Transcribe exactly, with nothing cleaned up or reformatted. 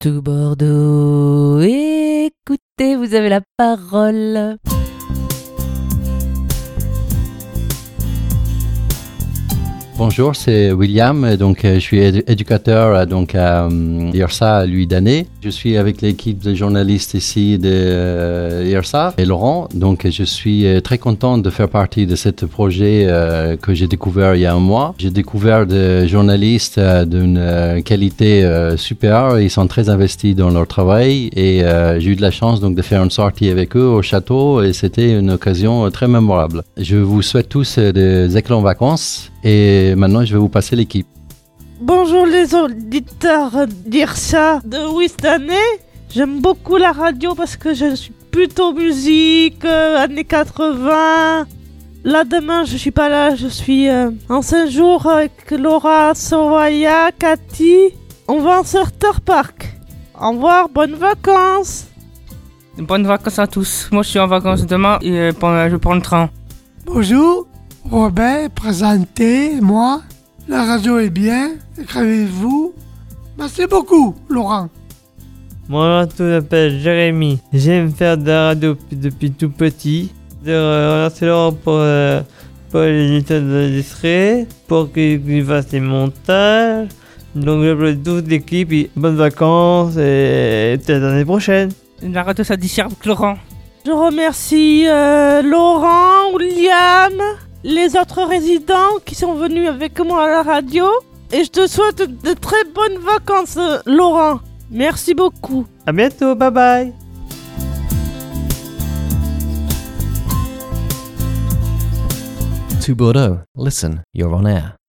Tout Bordeaux, écoutez, vous avez la parole. Bonjour, c'est William, donc euh, je suis édu- éducateur donc à euh, I R S A lui d'année. Je suis avec l'équipe de journalistes ici de euh, I R S A et Laurent, donc je suis euh, très content de faire partie de ce projet euh, que j'ai découvert il y a un mois. J'ai découvert des journalistes euh, d'une euh, qualité euh, supérieure, ils sont très investis dans leur travail et euh, j'ai eu de la chance donc de faire une sortie avec eux au château et c'était une occasion euh, très mémorable. Je vous souhaite tous euh, des excellentes vacances. Et maintenant, je vais vous passer l'équipe. Bonjour les auditeurs d'I R S A de Ouistané. J'aime beaucoup la radio parce que je suis plutôt musique, euh, années quatre-vingts. Là, demain, je suis pas là, je suis euh, en séjour avec Laura, Soraya, Cathy. On va en Center Park. Au revoir, bonnes vacances. Bonnes vacances à tous. Moi, je suis en vacances demain et euh, je prends le train. Bonjour, Robert, présenté, moi. La radio est bien, écrivez-vous. Merci beaucoup, Laurent. Moi, je m'appelle Jérémy. J'aime faire de la radio depuis, depuis tout petit. Je remercie Laurent pour, euh, pour l'éditeur de l'industrie, pour qu'il fasse les montages. Donc, j'appelle toute l'équipe. Et bonnes vacances et peut-être l'année prochaine. La radio, ça dissert avec Laurent. Je remercie euh, Laurent, William, les autres résidents qui sont venus avec moi à la radio. Et je te souhaite de très bonnes vacances, euh, Laurent. Merci beaucoup. À bientôt, bye bye. To Bordeaux, listen, you're on air.